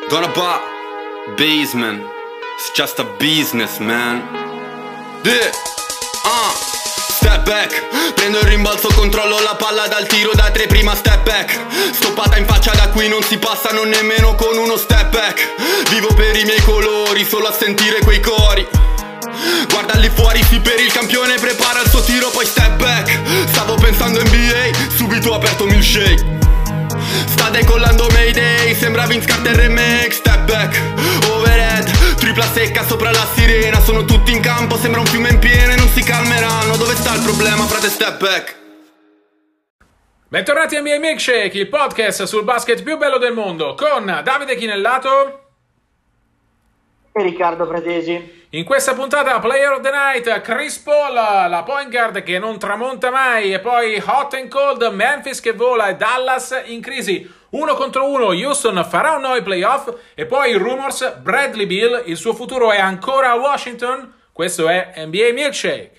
Gonna buy basement. It's just a business, man. Step back, prendo il rimbalzo, controllo la palla dal tiro da 3, prima step back. Stoppata in faccia, da qui non si passa non nemmeno con uno step back. Vivo per i miei colori, solo a sentire quei cori. Guarda lì fuori, sì, per il campione, prepara il suo tiro, poi step back. Stavo pensando NBA, subito ho aperto milkshake. Sta decollando Mayday, sembra Vince Carter remake. Step back, overhead, tripla secca sopra la sirena. Sono tutti in campo, sembra un fiume in piena e non si calmeranno. Dove sta il problema, frate? Step back. Bentornati a NBA Milkshake, il podcast sul basket più bello del mondo, con Davide Chinellato e Riccardo Fratesi. In questa puntata Player of the Night, Chris Paul, la point guard che non tramonta mai, e poi hot and cold, Memphis che vola e Dallas in crisi. 1 contro 1, Houston farà o no i playoff? E poi rumors, Bradley Beal, il suo futuro è ancora a Washington? Questo è NBA Milkshake.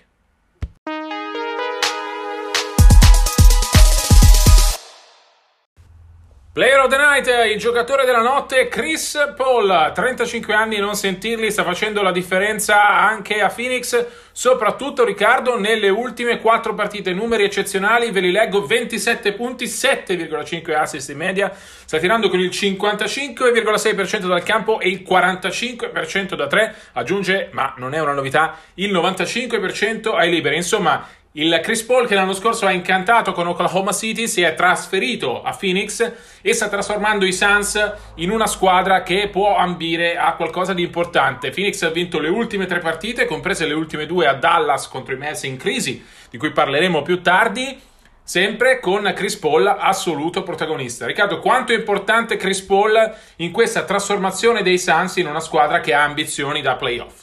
Player of the Night, il giocatore della notte, Chris Paul, 35 anni, non sentirli, sta facendo la differenza anche a Phoenix, soprattutto Riccardo nelle ultime 4 partite, numeri eccezionali, ve li leggo: 27 punti, 7,5 assist in media, sta tirando con il 55,6% dal campo e il 45% da 3, aggiunge, ma non è una novità, il 95% ai liberi. Insomma, il Chris Paul che l'anno scorso ha incantato con Oklahoma City si è trasferito a Phoenix e sta trasformando i Suns in una squadra che può ambire a qualcosa di importante. Phoenix ha vinto le ultime 3 partite, comprese le ultime 2 a Dallas contro i Mavs in crisi, di cui parleremo più tardi, sempre con Chris Paul assoluto protagonista. Riccardo, quanto è importante Chris Paul in questa trasformazione dei Suns in una squadra che ha ambizioni da playoff?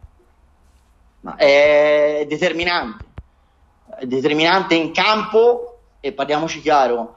È determinante in campo, e parliamoci chiaro: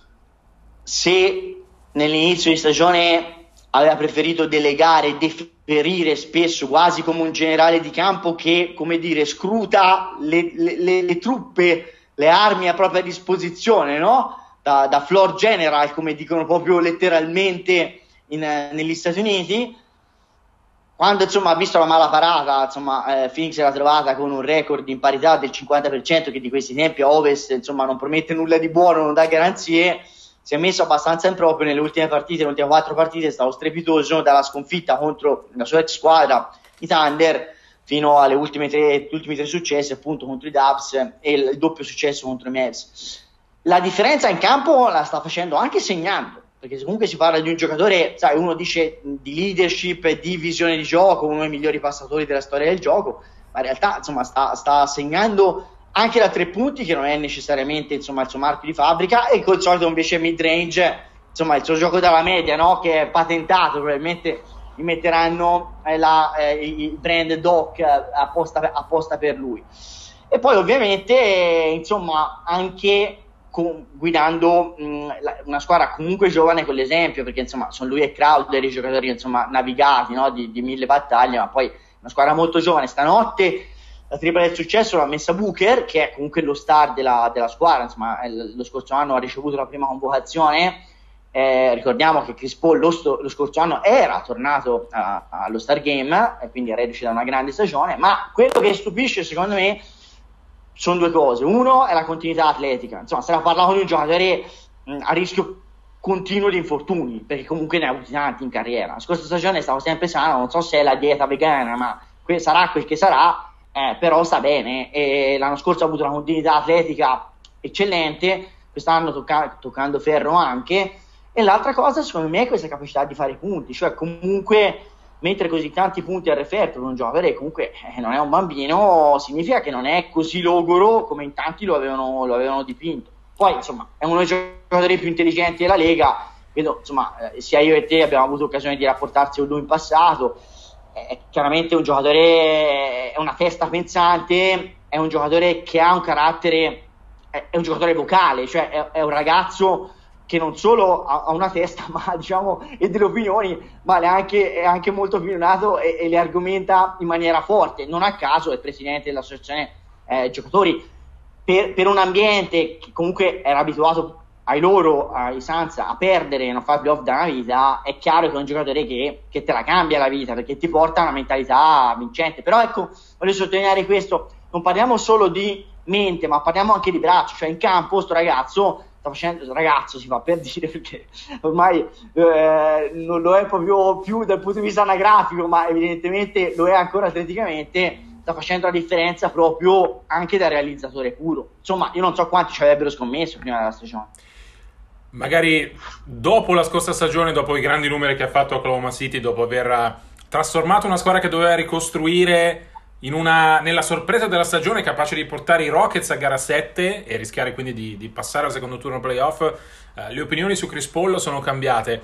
se nell'inizio di stagione aveva preferito delegare e deferire spesso, quasi come un generale di campo che, come dire, scruta le truppe, le armi a propria disposizione, no? Da floor general, come dicono proprio letteralmente negli Stati Uniti. Quando insomma ha visto la mala parata, insomma, Phoenix era trovata con un record in parità del 50%, che di questi tempi a Ovest insomma non promette nulla di buono, non dà garanzie. Si è messo abbastanza in proprio nelle ultime partite, le ultime 4 partite è stato strepitoso, dalla sconfitta contro la sua ex squadra, i Thunder, fino alle ultimi 3 successi appunto contro i Dubs e il doppio successo contro i Mavs. La differenza in campo la sta facendo anche segnando, perché comunque si parla di un giocatore, sai, uno dice di leadership e di visione di gioco, uno dei migliori passatori della storia del gioco, ma in realtà insomma sta segnando anche da 3 punti, che non è necessariamente insomma il suo marchio di fabbrica, e col solito invece mid range, insomma il suo gioco dalla media, no? Che è patentato, probabilmente gli metteranno il brand Doc apposta per lui. E poi ovviamente insomma anche guidando una squadra comunque giovane con l'esempio, perché insomma sono lui e Crowder i giocatori insomma navigati, no? di 1000 battaglie, ma poi una squadra molto giovane. Stanotte la tripla del successo l'ha messa Booker, che è comunque lo star della squadra, insomma lo scorso anno ha ricevuto la prima convocazione. Ricordiamo che Chris Paul lo scorso anno era tornato allo Star Game e quindi è reduce da una grande stagione, ma quello che stupisce secondo me sono 2 cose. Uno è la continuità atletica, insomma stiamo parlando di un giocatore a rischio continuo di infortuni, perché comunque ne ha avuti tanti in carriera. La scorsa stagione stava sempre sano, non so se è la dieta vegana, ma sarà quel che sarà, però sta bene, e l'anno scorso ha avuto una continuità atletica eccellente, quest'anno toccando ferro anche. E l'altra cosa secondo me è questa capacità di fare i punti, cioè comunque mettere così tanti punti al referto per un giocatore comunque non è un bambino, significa che non è così logoro come in tanti lo avevano dipinto. Poi insomma è uno dei giocatori più intelligenti della Lega, vedo, insomma sia io e te abbiamo avuto occasione di rapportarsi con lui in passato. È chiaramente un giocatore, è una testa pensante, è un giocatore che ha un carattere, è un giocatore vocale, cioè è un ragazzo che non solo ha una testa, ma diciamo, e delle opinioni, ma è anche molto opinionato e le argomenta in maniera forte. Non a caso è presidente dell'associazione giocatori, per un ambiente che comunque era abituato ai Suns a perdere e non fare playoff da una vita, è chiaro che è un giocatore che te la cambia la vita, perché ti porta a una mentalità vincente. Però ecco, voglio sottolineare questo, non parliamo solo di mente, ma parliamo anche di braccio, cioè in campo sto ragazzo sta facendo, ragazzo si fa per dire, perché ormai non lo è proprio più dal punto di vista anagrafico, ma evidentemente lo è ancora atleticamente, sta facendo la differenza proprio anche da realizzatore puro. Insomma, io non so quanti ci avrebbero scommesso prima della stagione. Magari dopo la scorsa stagione, dopo i grandi numeri che ha fatto Oklahoma City, dopo aver trasformato una squadra che doveva ricostruire nella sorpresa della stagione, capace di portare i Rockets a gara 7 e rischiare quindi di passare al secondo turno playoff, le opinioni su Chris Paul sono cambiate.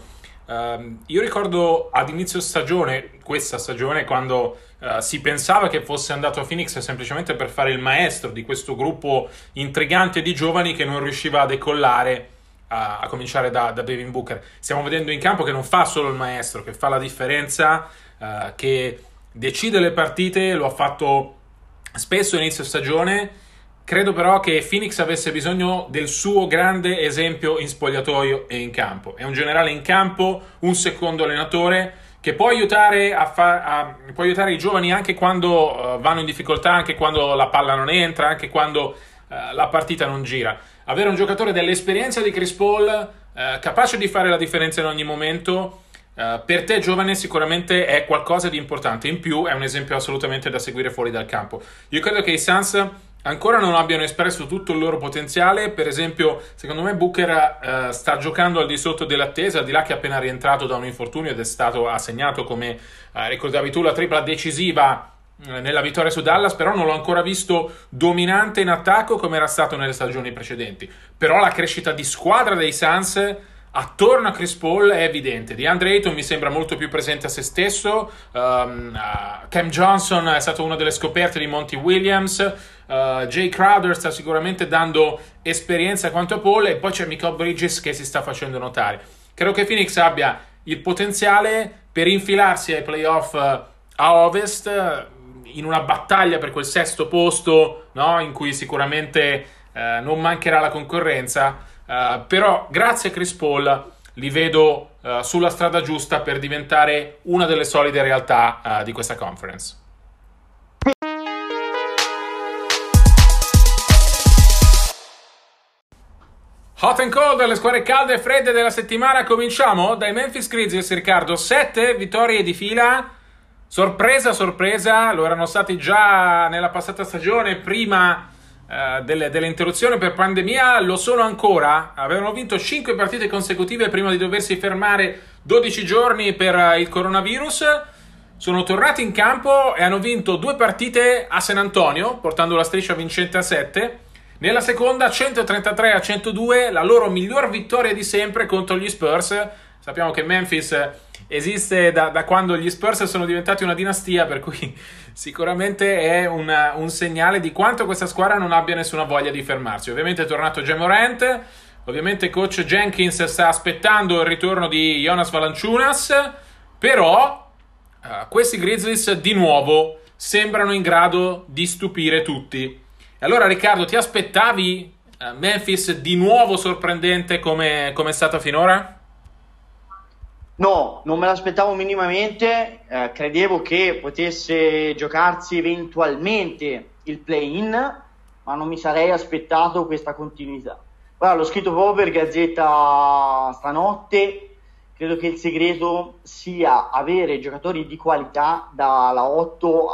Io ricordo ad inizio stagione, questa stagione, quando si pensava che fosse andato a Phoenix semplicemente per fare il maestro di questo gruppo intrigante di giovani che non riusciva a decollare, a cominciare da Devin Booker. Stiamo vedendo in campo che non fa solo il maestro, che fa la differenza, che decide le partite, lo ha fatto spesso inizio stagione. Credo però che Phoenix avesse bisogno del suo grande esempio in spogliatoio e in campo. È un generale in campo, un secondo allenatore che può aiutare può aiutare i giovani anche quando vanno in difficoltà, anche quando la palla non entra, anche quando la partita non gira. Avere un giocatore dell'esperienza di Chris Paul, capace di fare la differenza in ogni momento, per te giovane sicuramente è qualcosa di importante. In più è un esempio assolutamente da seguire fuori dal campo. Io credo che i Suns ancora non abbiano espresso tutto il loro potenziale. Per esempio, secondo me Booker sta giocando al di sotto dell'attesa, al di là che è appena rientrato da un infortunio ed è stato assegnato, come ricordavi tu, la tripla decisiva nella vittoria su Dallas, però non l'ho ancora visto dominante in attacco come era stato nelle stagioni precedenti. Però la crescita di squadra dei Suns attorno a Chris Paul è evidente. DeAndre Ayton mi sembra molto più presente a se stesso, Cam Johnson è stato una delle scoperte di Monty Williams, Jay Crowder sta sicuramente dando esperienza quanto a Paul, e poi c'è Mikal Bridges che si sta facendo notare. Credo che Phoenix abbia il potenziale per infilarsi ai playoff a Ovest, in una battaglia per quel sesto posto, no? In cui sicuramente non mancherà la concorrenza, però grazie a Chris Paul li vedo sulla strada giusta per diventare una delle solide realtà di questa conference. Hot and cold, le squadre calde e fredde della settimana. Cominciamo dai Memphis Grizzlies, Riccardo. 7 vittorie di fila. Sorpresa, lo erano stati già nella passata stagione, prima dell'interruzione per pandemia, lo sono ancora. Avevano vinto 5 partite consecutive prima di doversi fermare 12 giorni per il coronavirus. Sono tornati in campo e hanno vinto 2 partite a San Antonio, portando la striscia vincente a 7. Nella seconda 133-102, la loro miglior vittoria di sempre contro gli Spurs. Sappiamo che Memphis esiste da quando gli Spurs sono diventati una dinastia, per cui sicuramente è un segnale di quanto questa squadra non abbia nessuna voglia di fermarsi. Ovviamente è tornato Ja Morant, ovviamente coach Jenkins sta aspettando il ritorno di Jonas Valanciunas, però questi Grizzlies di nuovo sembrano in grado di stupire tutti. E allora Riccardo, ti aspettavi Memphis di nuovo sorprendente come è stata finora? No, non me l'aspettavo minimamente, credevo che potesse giocarsi eventualmente il play-in, ma non mi sarei aspettato questa continuità. Guarda, l'ho scritto proprio per Gazzetta stanotte, credo che il segreto sia avere giocatori di qualità dall'ottavo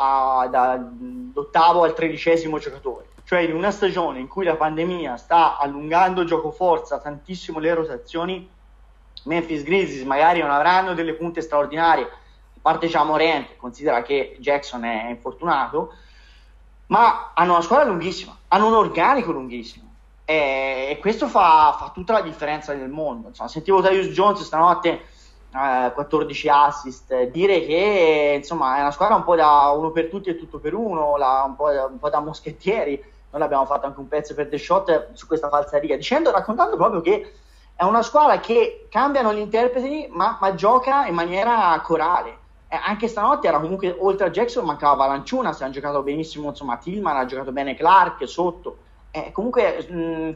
al 13° giocatore. Cioè in una stagione in cui la pandemia sta allungando gioco forza tantissimo le rotazioni, Memphis Grizzlies magari non avranno delle punte straordinarie, a parte Ja Morant, considera che Jackson è infortunato, ma hanno una squadra lunghissima, hanno un organico lunghissimo, e questo fa tutta la differenza nel mondo. Insomma, sentivo Tyus Jones stanotte, 14 assist, dire che insomma è una squadra un po' da uno per tutti e tutto per uno, un po' da moschettieri. Noi abbiamo fatto anche un pezzo per The Shot su questa falsariga, raccontando proprio che è una squadra che cambiano gli interpreti, ma gioca in maniera corale. Anche stanotte era comunque, oltre a Jackson, mancava Valanciunas, hanno giocato benissimo, insomma, Tillman ha giocato bene, Clark sotto. Comunque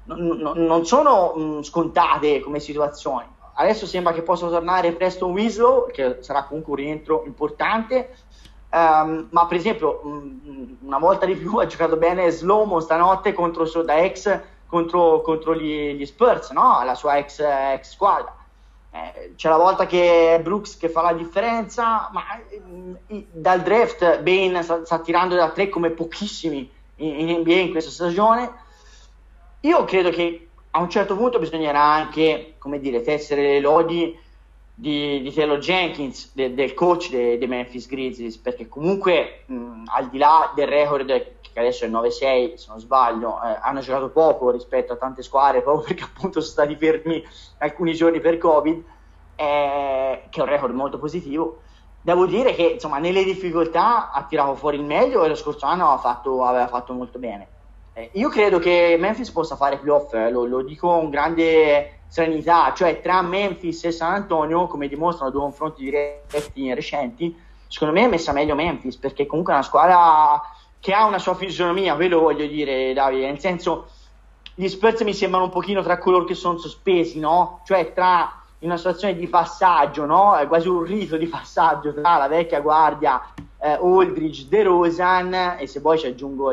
non sono scontate come situazioni. Adesso sembra che possa tornare presto Winslow, che sarà comunque un rientro importante, ma per esempio una volta di più ha giocato bene Slomo stanotte da ex contro gli Spurs, no? La sua ex squadra. C'è la volta che è Brooks che fa la differenza, ma dal draft Bane sta tirando da 3 come pochissimi in NBA in questa stagione. Io credo che a un certo punto bisognerà anche, come dire, tessere le lodi di Taylor Jenkins, del coach dei Memphis Grizzlies, perché comunque al di là del record che adesso è 9-6 se non sbaglio, hanno giocato poco rispetto a tante squadre proprio perché appunto sono stati fermi alcuni giorni per Covid, che è un record molto positivo. Devo dire che insomma nelle difficoltà ha tirato fuori il meglio e lo scorso anno aveva fatto molto bene. Io credo che Memphis possa fare playoff, lo dico con grande serenità, cioè tra Memphis e San Antonio, come dimostrano 2 confronti diretti recenti, secondo me è messa meglio Memphis, perché comunque è una squadra che ha una sua fisionomia, ve lo voglio dire Davide, nel senso gli Spurs mi sembrano un pochino tra coloro che sono sospesi, no? Cioè tra in una situazione di passaggio, no? È quasi un rito di passaggio tra la vecchia guardia Aldridge, DeRozan e se poi ci aggiungo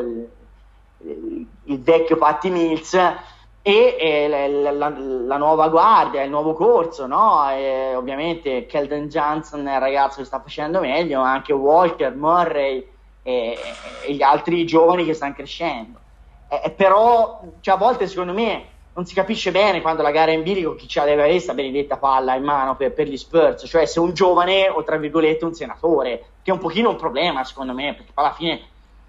il vecchio Patty Mills e la nuova guardia, il nuovo corso, no? E ovviamente Keldon Johnson è il ragazzo che sta facendo meglio, ma anche Walker, Murray e gli altri giovani che stanno crescendo. Però cioè, a volte secondo me non si capisce bene quando la gara è in bilico chi c'ha deve avere questa benedetta palla in mano per gli Spurs, cioè se un giovane o tra virgolette un senatore, che è un pochino un problema secondo me, perché alla fine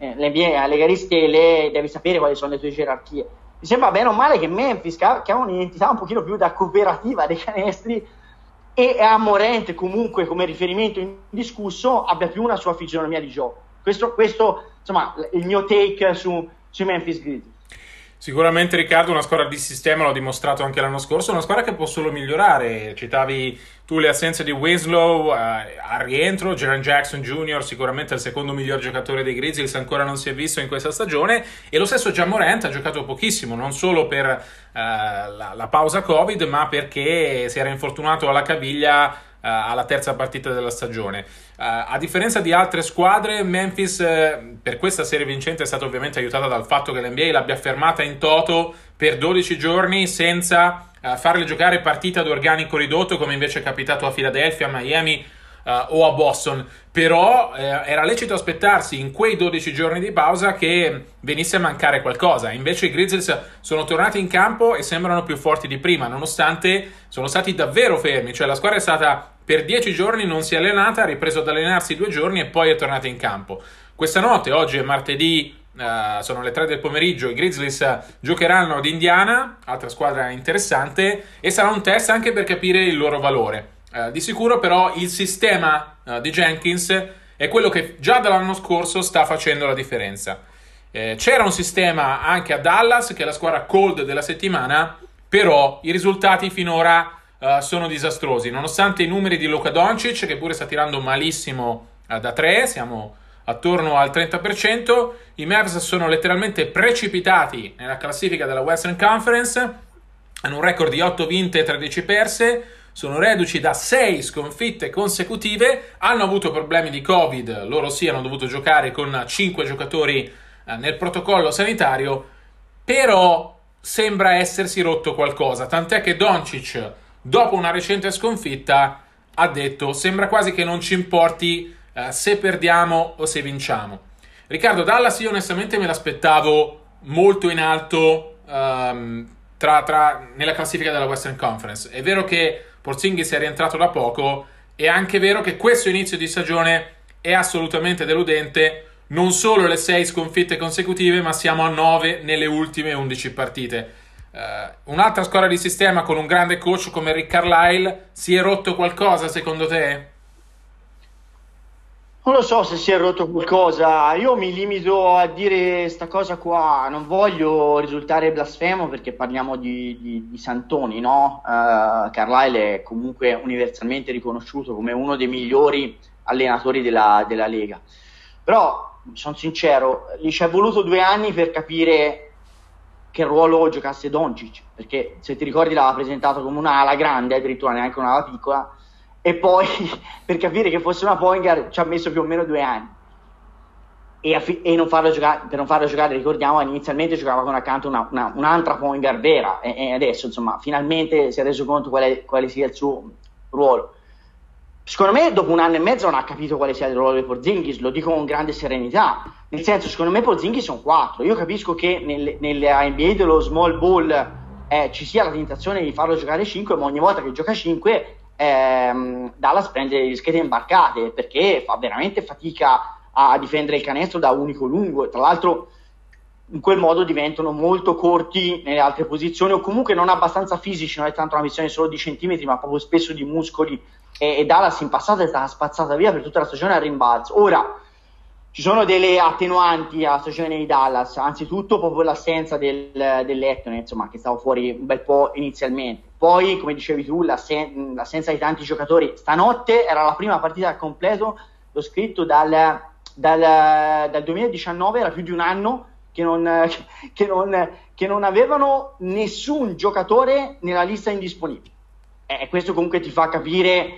le gare stelle devi sapere quali sono le tue gerarchie. Mi sembra bene o male che Memphis, che ha un'identità un pochino più da cooperativa dei canestri e a Morant comunque come riferimento indiscusso, abbia più una sua fisionomia di gioco. Questo insomma il mio take sui Memphis Grizzlies. Sicuramente Riccardo, una squadra di sistema, l'ho dimostrato anche l'anno scorso, una squadra che può solo migliorare. Citavi tu le assenze di Winslow, al rientro, Jaren Jackson Jr. sicuramente il secondo miglior giocatore dei Grizzlies, ancora non si è visto in questa stagione, e lo stesso Ja Morant ha giocato pochissimo, non solo per la pausa Covid, ma perché si era infortunato alla caviglia alla terza partita della stagione. A differenza di altre squadre, Memphis per questa serie vincente è stata ovviamente aiutata dal fatto che l'NBA l'abbia fermata in toto per 12 giorni senza farle giocare partite ad organico ridotto, come invece è capitato a Philadelphia, a Miami o a Boston. Però era lecito aspettarsi in quei 12 giorni di pausa che venisse a mancare qualcosa. Invece i Grizzlies sono tornati in campo e sembrano più forti di prima, nonostante sono stati davvero fermi. Cioè la squadra è stata per 10 giorni, non si è allenata, ha ripreso ad allenarsi 2 giorni e poi è tornata in campo. Questa notte, oggi è martedì, sono le 3 del pomeriggio, i Grizzlies giocheranno ad Indiana, altra squadra interessante, e sarà un test anche per capire il loro valore. Di sicuro però il sistema di Jenkins è quello che già dall'anno scorso sta facendo la differenza. C'era un sistema anche a Dallas, che è la squadra cold della settimana, però i risultati finora sono disastrosi, nonostante i numeri di Luka Doncic, che pure sta tirando malissimo da 3, siamo attorno al 30%. I Mavs sono letteralmente precipitati nella classifica della Western Conference, hanno un record di 8 vinte e 13 perse, sono reduci da 6 sconfitte consecutive, hanno avuto problemi di Covid, loro sì, hanno dovuto giocare con 5 giocatori nel protocollo sanitario, però sembra essersi rotto qualcosa, tant'è che Doncic, dopo una recente sconfitta, ha detto: sembra quasi che non ci importi se perdiamo o se vinciamo. Riccardo, Dallas io onestamente me l'aspettavo molto in alto nella classifica della Western Conference. È vero che Porzingis è rientrato da poco, è anche vero che questo inizio di stagione è assolutamente deludente. Non solo le 6 sconfitte consecutive, ma siamo a 9 nelle ultime 11 partite. Un'altra squadra di sistema con un grande coach come Rick Carlisle, si è rotto qualcosa secondo te? Non lo so se si è rotto qualcosa, io mi limito a dire sta cosa qua, non voglio risultare blasfemo perché parliamo di santoni, no? Carlisle è comunque universalmente riconosciuto come uno dei migliori allenatori della Lega, però sono sincero, gli ci è voluto 2 anni per capire che ruolo giocasse Doncic, perché se ti ricordi l'aveva presentato come una ala grande, addirittura neanche una ala piccola, e poi per capire che fosse una point guard ci ha messo più o meno 2 anni. E non farlo giocare, per non farlo giocare, ricordiamo, inizialmente giocava con accanto un'altra point guard vera, e adesso insomma finalmente si è reso conto quale sia il suo ruolo. Secondo me dopo 1 anno e mezzo non ha capito quale sia il ruolo di Porzingis, lo dico con grande serenità, nel senso, secondo me Porzingis sono 4. Io capisco che nella NBA dello small ball ci sia la tentazione di farlo giocare 5, ma ogni volta che gioca 5 Dallas prende le schede imbarcate, perché fa veramente fatica a difendere il canestro da unico lungo, e tra l'altro in quel modo diventano molto corti nelle altre posizioni, o comunque non abbastanza fisici, non è tanto una questione solo di centimetri, ma proprio spesso di muscoli, e Dallas in passato è stata spazzata via per tutta la stagione al rimbalzo. Ora ci sono delle attenuanti alla stagione di Dallas, anzitutto proprio l'assenza dell'Etton, insomma, che stava fuori un bel po' inizialmente. Poi, come dicevi tu, l'assenza di tanti giocatori. Stanotte era la prima partita al completo, l'ho scritto dal 2019, era più di 1 anno che non avevano nessun giocatore nella lista indisponibile. Questo comunque ti fa capire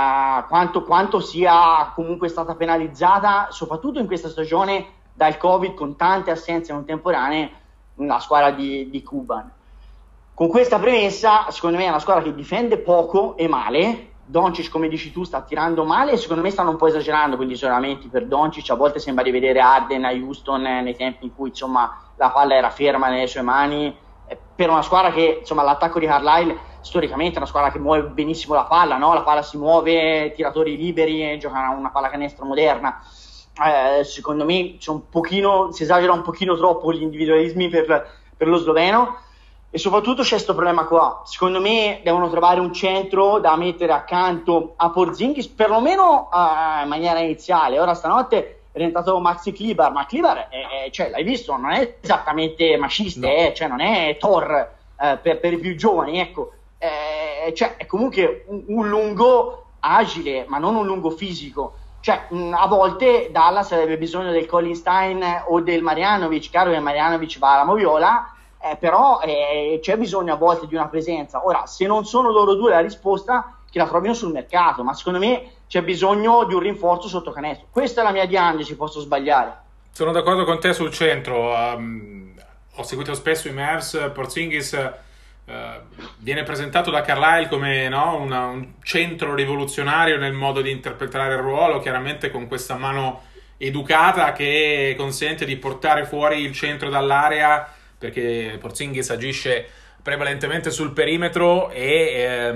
quanto sia comunque stata penalizzata, soprattutto in questa stagione, dal Covid, con tante assenze contemporanee, la squadra di Cuban. Con questa premessa, secondo me è una squadra che difende poco e male. Doncic, come dici tu, sta tirando male, e secondo me stanno un po' esagerando quegli isolamenti per Doncic. A volte sembra di vedere Harden a Houston nei tempi in cui insomma la palla era ferma nelle sue mani, per una squadra che, insomma, l'attacco di Carlisle storicamente è una squadra che muove benissimo la palla, no? La palla si muove, tiratori liberi, gioca una pallacanestro moderna. Secondo me si esagera un pochino troppo gli individualismi per lo sloveno, e soprattutto c'è questo problema qua. Secondo me devono trovare un centro da mettere accanto a Porzingis, perlomeno in maniera iniziale. Ora stanotte è diventato Maxi Kleber, ma Kleber cioè, l'hai visto, non è esattamente macista, no. Cioè non è Thor per i più giovani, ecco. Cioè è comunque un lungo agile, ma non un lungo fisico. Cioè a volte Dallas avrebbe bisogno del Colin Stein o del Marjanovic. Chiaro che Marjanovic va alla moviola, però c'è bisogno a volte di una presenza. Ora, se non sono loro due, la risposta che la trovino sul mercato, ma secondo me c'è bisogno di un rinforzo sotto canestro. Questa è la mia diagnosi, posso sbagliare. Sono d'accordo con te sul centro. Ho seguito spesso i Mavs. Porzingis viene presentato da Carlisle come, no, un centro rivoluzionario nel modo di interpretare il ruolo, chiaramente con questa mano educata che consente di portare fuori il centro dall'area, perché Porzingis agisce prevalentemente sul perimetro e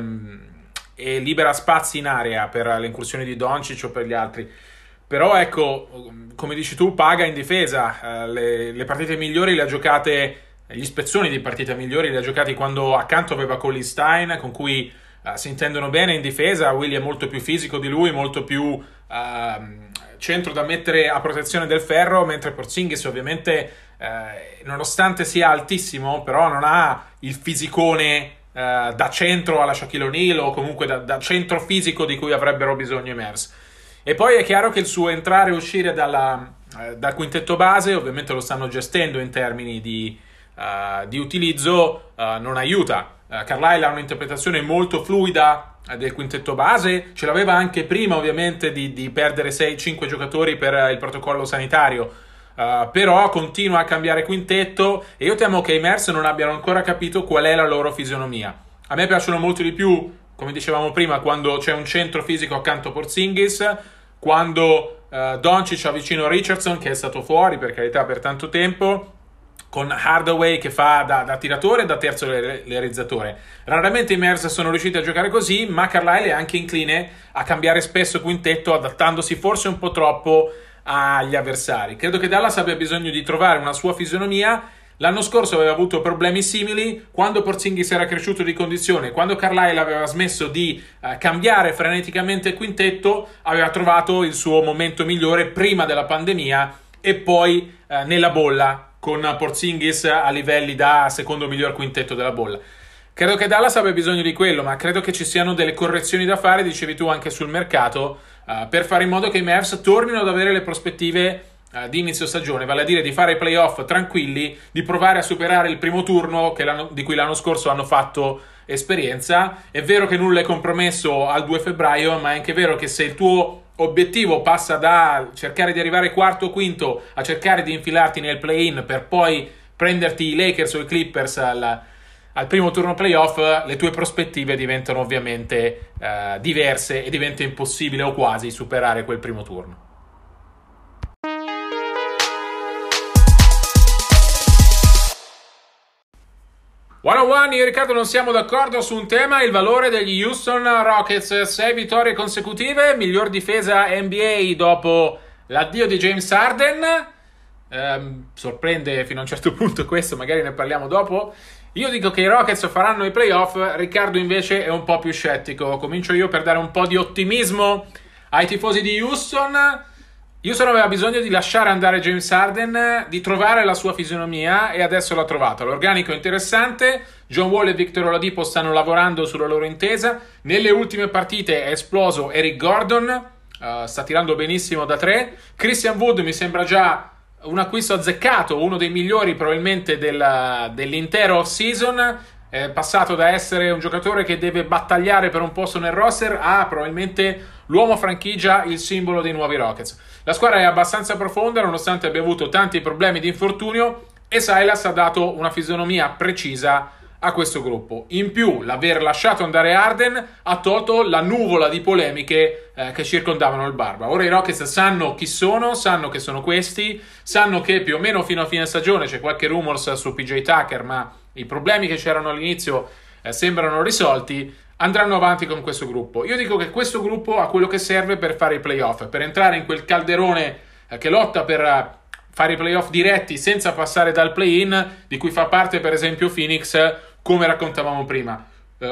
libera spazi in area per le incursioni di Doncic o per gli altri. Però ecco, come dici tu, paga in difesa. Le partite migliori le ha giocate, gli spezzoni di partita migliori li ha giocati quando accanto aveva Colin Stein, con cui si intendono bene in difesa. Willy è molto più fisico di lui, molto più centro da mettere a protezione del ferro, mentre Porzingis ovviamente, nonostante sia altissimo, però non ha il fisicone da centro alla Shaquille O'Neal, o comunque da centro fisico di cui avrebbero bisogno i Mavs. E poi è chiaro che il suo entrare e uscire dal quintetto base, ovviamente lo stanno gestendo in termini di utilizzo, non aiuta. Carlisle ha un'interpretazione molto fluida del quintetto base, ce l'aveva anche prima ovviamente di perdere 6-5 giocatori per il protocollo sanitario, però continua a cambiare quintetto, e io temo che i Mavs non abbiano ancora capito qual è la loro fisionomia. A me piacciono molto di più, come dicevamo prima, quando c'è un centro fisico accanto a Porzingis, quando Doncic ha vicino Richardson, che è stato fuori per carità per tanto tempo, con Hardaway che fa da tiratore e da terzo realizzatore. Raramente i Mavs sono riusciti a giocare così, ma Carlisle è anche incline a cambiare spesso quintetto, adattandosi forse un po' troppo agli avversari. Credo che Dallas abbia bisogno di trovare una sua fisionomia. L'anno scorso aveva avuto problemi simili quando Porzingis era cresciuto di condizione. Quando Carlisle aveva smesso di cambiare freneticamente il quintetto, aveva trovato il suo momento migliore prima della pandemia e poi nella bolla, con Porzingis a livelli da secondo miglior quintetto della bolla. Credo che Dallas abbia bisogno di quello, ma credo che ci siano delle correzioni da fare, dicevi tu, anche sul mercato, per fare in modo che i Mavs tornino ad avere le prospettive di inizio stagione, vale a dire di fare i playoff tranquilli, di provare a superare il primo turno di cui l'anno scorso hanno fatto esperienza. È vero che nulla è compromesso al 2 febbraio, ma è anche vero che se il tuo obiettivo passa da cercare di arrivare quarto o quinto a cercare di infilarti nel play-in per poi prenderti i Lakers o i Clippers al primo turno playoff, le tue prospettive diventano ovviamente diverse e diventa impossibile o quasi superare quel primo turno. One, io e Riccardo non siamo d'accordo su un tema: il valore degli Houston Rockets. 6 vittorie consecutive, miglior difesa NBA dopo l'addio di James Harden. Sorprende fino a un certo punto questo, magari ne parliamo dopo. Io dico che i Rockets faranno i playoff, Riccardo invece è un po' più scettico. Comincio io per dare un po' di ottimismo ai tifosi di Houston. Houston aveva bisogno di lasciare andare James Harden, di trovare la sua fisionomia, e adesso l'ha trovata. L'organico è interessante, John Wall e Victor Oladipo stanno lavorando sulla loro intesa. Nelle ultime partite è esploso Eric Gordon, sta tirando benissimo da 3. Christian Wood mi sembra già un acquisto azzeccato, uno dei migliori probabilmente dell'intero off-season. È passato da essere un giocatore che deve battagliare per un posto nel roster a probabilmente l'uomo franchigia, il simbolo dei nuovi Rockets. La squadra è abbastanza profonda nonostante abbia avuto tanti problemi di infortunio, e Silas ha dato una fisionomia precisa a questo gruppo. In più, l'aver lasciato andare Harden ha tolto la nuvola di polemiche che circondavano il Barba. Ora i Rockets sanno chi sono, sanno che sono questi, sanno che più o meno fino a fine stagione c'è qualche rumors su PJ Tucker, ma i problemi che c'erano all'inizio sembrano risolti. Andranno avanti con questo gruppo. Io dico che questo gruppo ha quello che serve per fare i playoff, per entrare in quel calderone che lotta per fare i playoff diretti senza passare dal play-in, di cui fa parte per esempio Phoenix, come raccontavamo prima.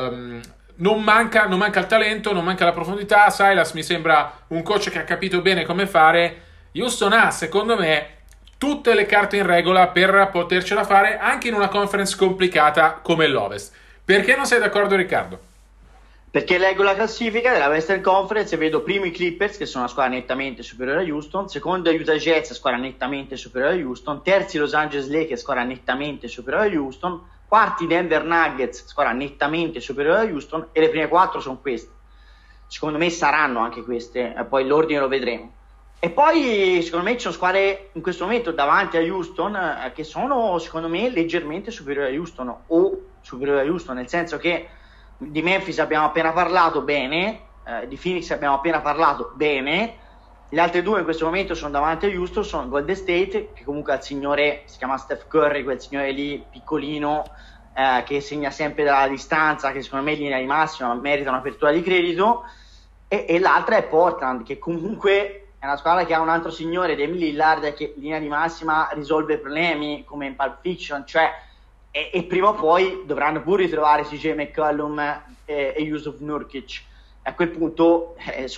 Non manca il talento, non manca la profondità. Silas mi sembra un coach che ha capito bene come fare. Houston ha, secondo me, tutte le carte in regola per potercela fare anche in una conference complicata come l'Ovest. Perché non sei d'accordo, Riccardo? Perché leggo la classifica della Western Conference e vedo primo i Clippers, che sono una squadra nettamente superiore a Houston, secondo Utah Jazz, squadra nettamente superiore a Houston, terzi Los Angeles Lakers, squadra nettamente superiore a Houston, quarti Denver Nuggets, squadra nettamente superiore a Houston, e le prime 4 sono queste. Secondo me saranno anche queste, poi l'ordine lo vedremo. E poi secondo me ci sono squadre in questo momento davanti a Houston che sono secondo me leggermente superiori a Houston, o superiori a Houston, nel senso che di Memphis abbiamo appena parlato bene, di Phoenix abbiamo appena parlato bene. Le altre due in questo momento sono davanti a Houston, sono Golden State, che comunque ha il signore, si chiama Steph Curry, quel signore lì piccolino che segna sempre dalla distanza, che secondo me in linea di massima merita un'apertura di credito, e l'altra è Portland, che comunque è una squadra che ha un altro signore, Damian Lillard, che in linea di massima risolve problemi come in Pulp Fiction, cioè e prima o poi dovranno pure ritrovare CJ McCollum e Yusuf Nurkic. A quel punto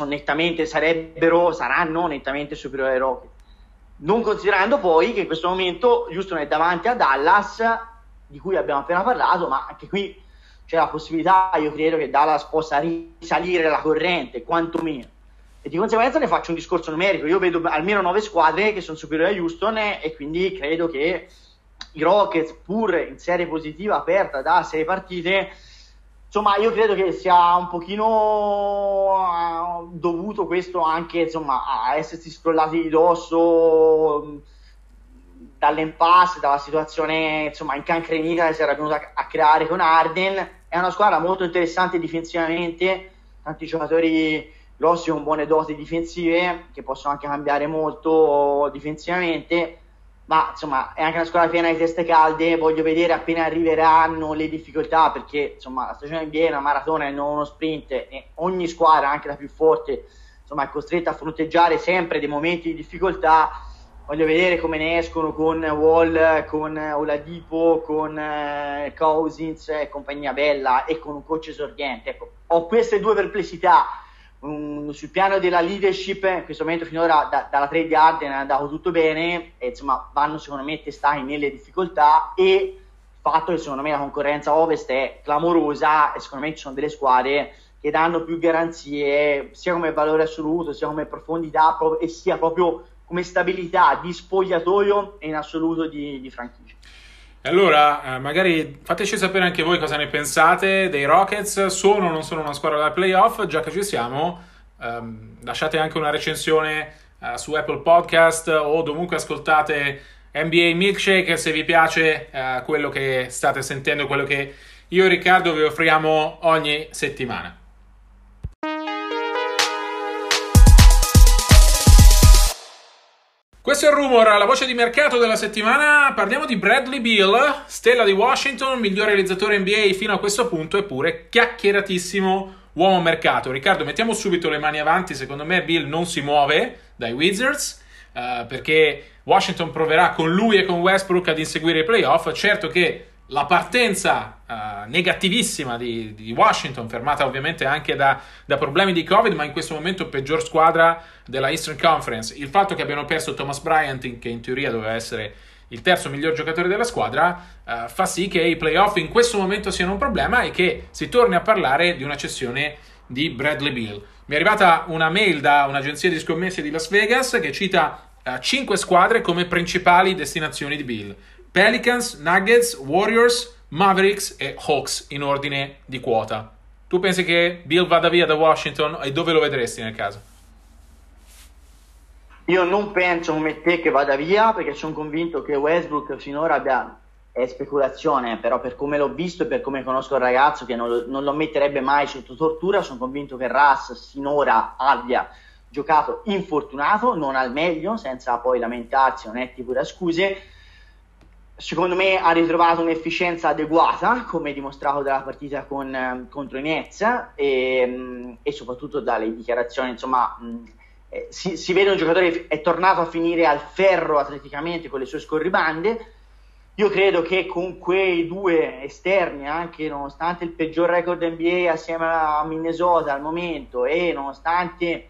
saranno nettamente superiori ai Rockets, non considerando poi che in questo momento Houston è davanti a Dallas, di cui abbiamo appena parlato, ma anche qui c'è la possibilità, io credo, che Dallas possa risalire la corrente quantomeno, e di conseguenza ne faccio un discorso numerico. Io vedo almeno 9 squadre che sono superiori a Houston, e quindi credo che i Rockets, pur in serie positiva aperta da 6 partite, insomma, io credo che sia un pochino dovuto questo anche, insomma, a essersi scrollati di dosso dall'impasse, dalla situazione, insomma, incancrenita che si era venuta a creare con Harden. È una squadra molto interessante difensivamente, tanti giocatori grossi con buone doti difensive che possono anche cambiare molto difensivamente, ma insomma è anche una squadra piena di teste calde. Voglio vedere appena arriveranno le difficoltà, perché insomma la stagione NBA è una maratona e non uno sprint, e ogni squadra, anche la più forte, insomma è costretta a fronteggiare sempre dei momenti di difficoltà. Voglio vedere come ne escono con Wall, con Oladipo, con Cousins e compagnia bella, e con un coach esordiente. Ecco, ho queste due perplessità. Sul piano della leadership, in questo momento finora dalla trade di Harden è andato tutto bene, e insomma vanno secondo me testati nelle difficoltà, e il fatto che secondo me la concorrenza Ovest è clamorosa, e secondo me ci sono delle squadre che danno più garanzie sia come valore assoluto, sia come profondità, e sia proprio come stabilità di spogliatoio e in assoluto di franchigia. Allora, magari fateci sapere anche voi cosa ne pensate dei Rockets, sono o non sono una squadra da playoff, già che ci siamo, lasciate anche una recensione su Apple Podcast o dovunque ascoltate NBA Milkshake se vi piace quello che state sentendo, quello che io e Riccardo vi offriamo ogni settimana. Questo è il rumor, la voce di mercato della settimana. Parliamo di Bradley Beal, stella di Washington, miglior realizzatore NBA fino a questo punto, eppure chiacchieratissimo uomo mercato. Riccardo, mettiamo subito le mani avanti. Secondo me Beal non si muove dai Wizards perché Washington proverà con lui e con Westbrook ad inseguire i playoff. Certo che la partenza negativissima di Washington, fermata ovviamente anche da problemi di Covid, ma in questo momento peggior squadra della Eastern Conference, il fatto che abbiano perso Thomas Bryant, che in teoria doveva essere il terzo miglior giocatore della squadra, fa sì che i playoff in questo momento siano un problema e che si torni a parlare di una cessione di Bradley Beal. Mi è arrivata una mail da un'agenzia di scommesse di Las Vegas che cita 5 squadre come principali destinazioni di Beal: Pelicans, Nuggets, Warriors, Mavericks e Hawks in ordine di quota. Tu pensi che Beal vada via da Washington e dove lo vedresti nel caso? Io non penso come te che vada via, perché sono convinto che Westbrook finora abbia, è speculazione, però per come l'ho visto e per come conosco il ragazzo che non lo metterebbe mai sotto tortura, sono convinto che Russ finora abbia giocato infortunato, non al meglio, senza poi lamentarsi, non è tipo da scuse. Secondo me ha ritrovato un'efficienza adeguata, come dimostrato dalla partita contro i Nets e soprattutto dalle dichiarazioni, insomma, si vede un giocatore che è tornato a finire al ferro atleticamente con le sue scorribande. Io credo che con quei due esterni, anche nonostante il peggior record NBA assieme a Minnesota al momento e nonostante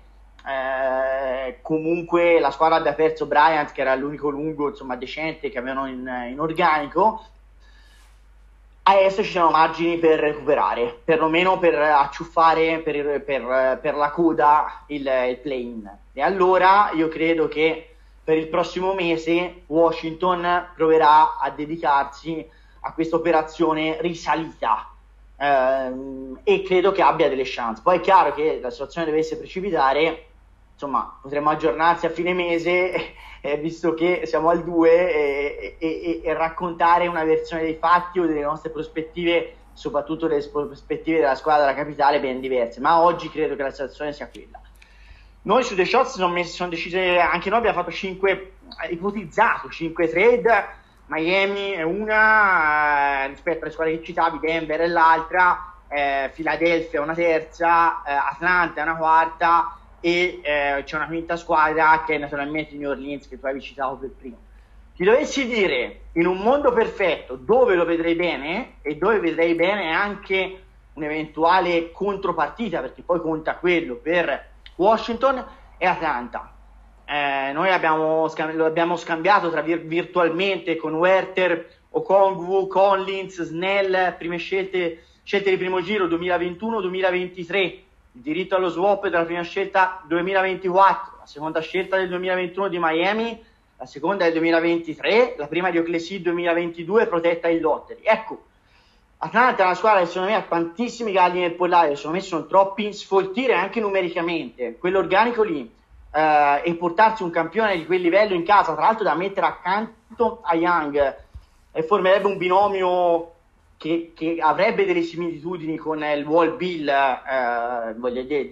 comunque la squadra abbia perso Bryant, che era l'unico lungo, insomma, decente che avevano in organico, adesso ci sono margini per recuperare, perlomeno per acciuffare per la coda il play-in. E allora io credo che per il prossimo mese Washington proverà a dedicarsi a questa operazione risalita e credo che abbia delle chance. Poi è chiaro che la situazione dovesse precipitare, insomma, potremmo aggiornarsi a fine mese, visto che siamo al 2, e raccontare una versione dei fatti o delle nostre prospettive, soprattutto delle prospettive della squadra della capitale, ben diverse. Ma oggi credo che la situazione sia quella. Noi su The Shots sono decise, anche noi abbiamo fatto ipotizzato 5 trade. Miami è una, rispetto alle squadre che citavi, Denver è l'altra, Philadelphia è una terza, Atlanta è una quarta, e c'è una quinta squadra che è naturalmente New Orleans, che tu hai citato per primo. Ti dovessi dire, in un mondo perfetto, dove lo vedrei bene, e dove vedrei bene anche un'eventuale contropartita, perché poi conta quello per Washington, è Atlanta. Noi lo abbiamo scambiato virtualmente con Werther, Okongwu, Collins, Snell, prime scelte di primo giro 2021-2023, il diritto allo swap della prima scelta 2024, la seconda scelta del 2021 di Miami, la seconda del 2023, la prima di Oklahoma 2022 protetta in lottery. Ecco, Atlanta è una squadra che secondo me ha tantissimi galli nel pollaio, secondo me sono troppi, sfoltire anche numericamente quell'organico lì e portarsi un campione di quel livello in casa, tra l'altro da mettere accanto a Young, e formerebbe un binomio che avrebbe delle similitudini con il Wall Bill, voglio dire,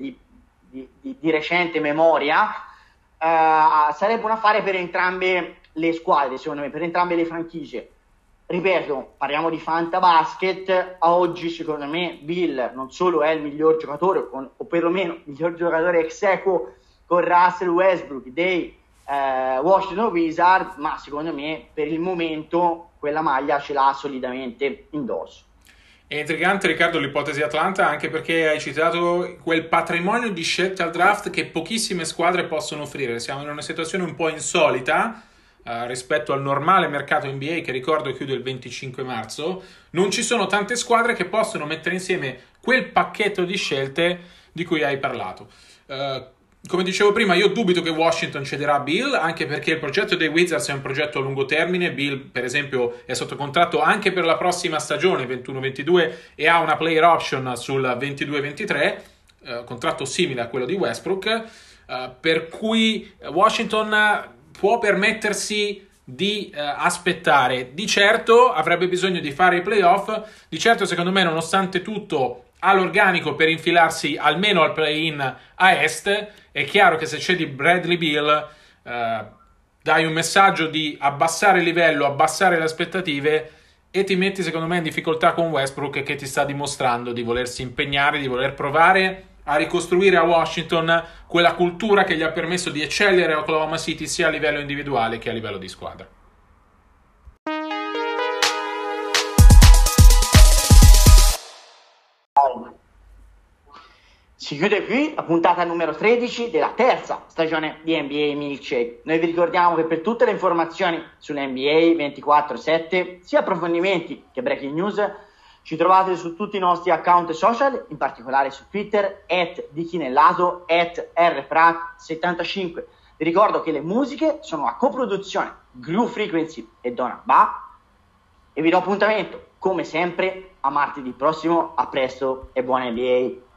di recente memoria. Sarebbe un affare per entrambe le squadre, secondo me, per entrambe le franchigie. Ripeto, parliamo di fantabasket, a oggi secondo me Bill non solo è il miglior giocatore, o perlomeno il miglior giocatore ex aequo con Russell Westbrook dei Washington Wizards, ma secondo me per il momento quella maglia ce l'ha solidamente indosso. È intrigante, Riccardo, l'ipotesi Atlanta, anche perché hai citato quel patrimonio di scelte al draft che pochissime squadre possono offrire. Siamo in una situazione un po' insolita rispetto al normale mercato NBA, che ricordo chiude il 25 marzo. Non ci sono tante squadre che possono mettere insieme quel pacchetto di scelte di cui hai parlato. come dicevo prima, io dubito che Washington cederà a Beal, anche perché il progetto dei Wizards è un progetto a lungo termine. Beal, per esempio, è sotto contratto anche per la prossima stagione 21-22 e ha una player option sul 22-23, contratto simile a quello di Westbrook, per cui Washington può permettersi di aspettare. Di certo avrebbe bisogno di fare i playoff, di certo secondo me, nonostante tutto, ha l'organico per infilarsi almeno al play-in a est. È chiaro che se cedi Bradley Beal dai un messaggio di abbassare il livello, abbassare le aspettative, e ti metti secondo me in difficoltà con Westbrook, che ti sta dimostrando di volersi impegnare, di voler provare a ricostruire a Washington quella cultura che gli ha permesso di eccellere a Oklahoma City sia a livello individuale che a livello di squadra. Si chiude qui la puntata numero 13 della terza stagione di NBA Milkshake. Noi vi ricordiamo che per tutte le informazioni sull'NBA 24/7, sia approfondimenti che breaking news, ci trovate su tutti i nostri account social, in particolare su Twitter, @dichinellato, @rprat75. Vi ricordo che le musiche sono a coproduzione Glue Frequency e Donna Ba, e vi do appuntamento, come sempre, a martedì prossimo. A presto e buona NBA!